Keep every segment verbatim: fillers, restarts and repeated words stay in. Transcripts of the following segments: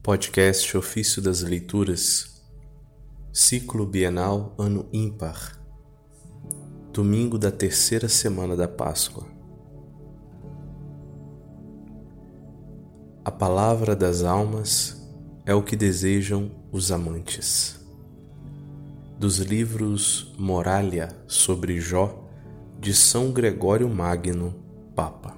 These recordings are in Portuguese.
Podcast Ofício das Leituras, Ciclo Bienal Ano Ímpar, domingo da terceira semana da Páscoa. A palavra das almas é o que desejam os amantes. Dos livros Moralia sobre Jó, de São Gregório Magno, Papa.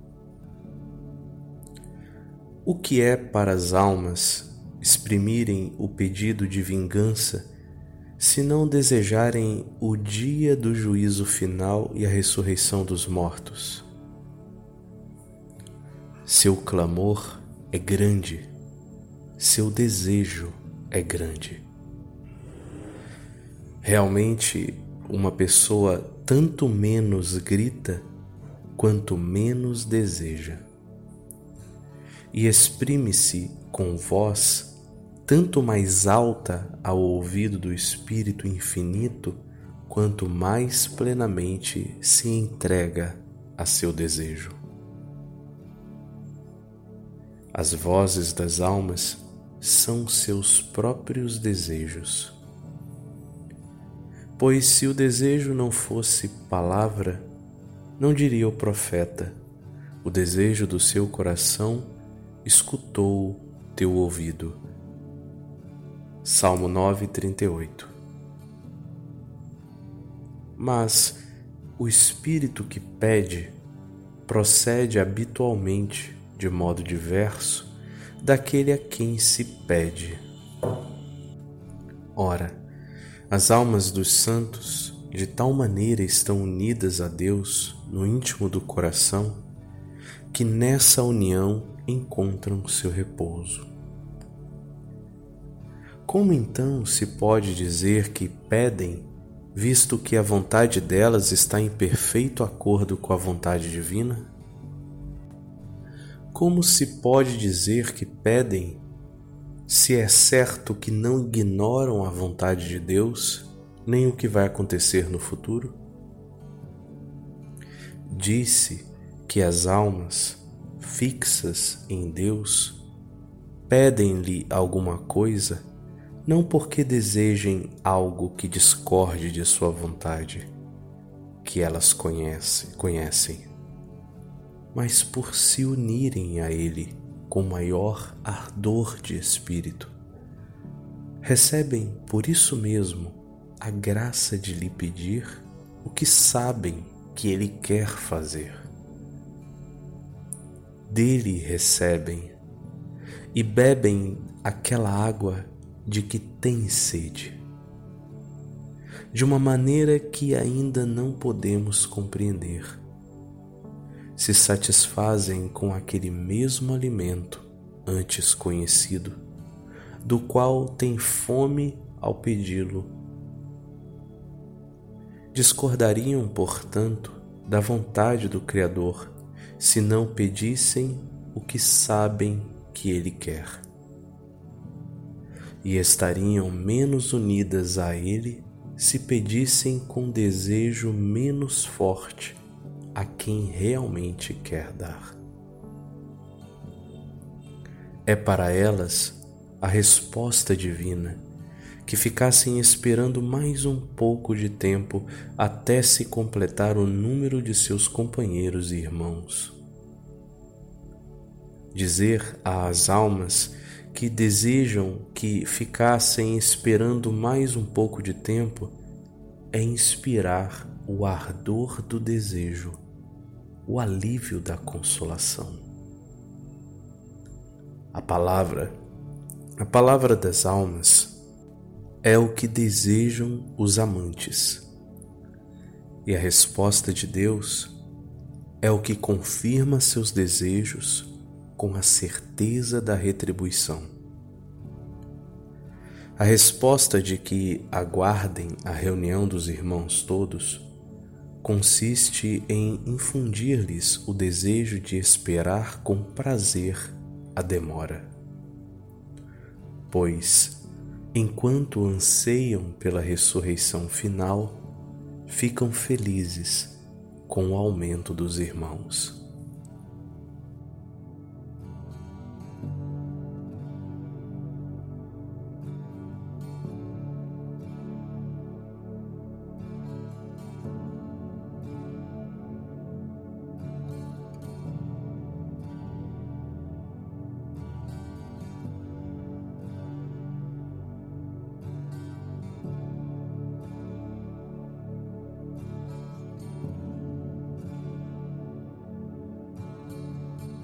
O que é para as almas exprimirem o pedido de vingança, se não desejarem o dia do juízo final e a ressurreição dos mortos? Seu clamor é grande, seu desejo é grande. Realmente, uma pessoa tanto menos grita, quanto menos deseja. E exprime-se com voz tanto mais alta ao ouvido do Espírito Infinito, quanto mais plenamente se entrega a seu desejo. As vozes das almas são seus próprios desejos. Pois se o desejo não fosse palavra, não diria o profeta: o desejo do seu coração escutou teu ouvido. Salmo nove, trinta e oito. Mas o espírito que pede procede habitualmente de modo diverso daquele a quem se pede. Ora, as almas dos santos de tal maneira estão unidas a Deus no íntimo do coração, que nessa união encontram seu repouso. Como então se pode dizer que pedem, visto que a vontade delas está em perfeito acordo com a vontade divina? Como se pode dizer que pedem, se é certo que não ignoram a vontade de Deus, nem o que vai acontecer no futuro? Disse que as almas fixas em Deus pedem-lhe alguma coisa, não porque desejem algo que discorde de sua vontade, que elas conhecem, conhecem, mas por se unirem a Ele com maior ardor de espírito. Recebem por isso mesmo a graça de lhe pedir o que sabem que Ele quer fazer. Dele recebem e bebem aquela água de que têm sede, de uma maneira que ainda não podemos compreender. Se satisfazem com aquele mesmo alimento antes conhecido, do qual têm fome ao pedi-lo. Discordariam, portanto, da vontade do Criador, se não pedissem o que sabem que Ele quer. E estariam menos unidas a Ele se pedissem com desejo menos forte a quem realmente quer dar. É para elas a resposta divina que ficassem esperando mais um pouco de tempo até se completar o número de seus companheiros e irmãos. Dizer às almas que desejam que ficassem esperando mais um pouco de tempo é inspirar o ardor do desejo, o alívio da consolação. A palavra, a palavra das almas é o que desejam os amantes, e a resposta de Deus é o que confirma seus desejos com a certeza da retribuição. A resposta de que aguardem a reunião dos irmãos todos consiste em infundir-lhes o desejo de esperar com prazer a demora. Pois, enquanto anseiam pela ressurreição final, ficam felizes com o aumento dos irmãos.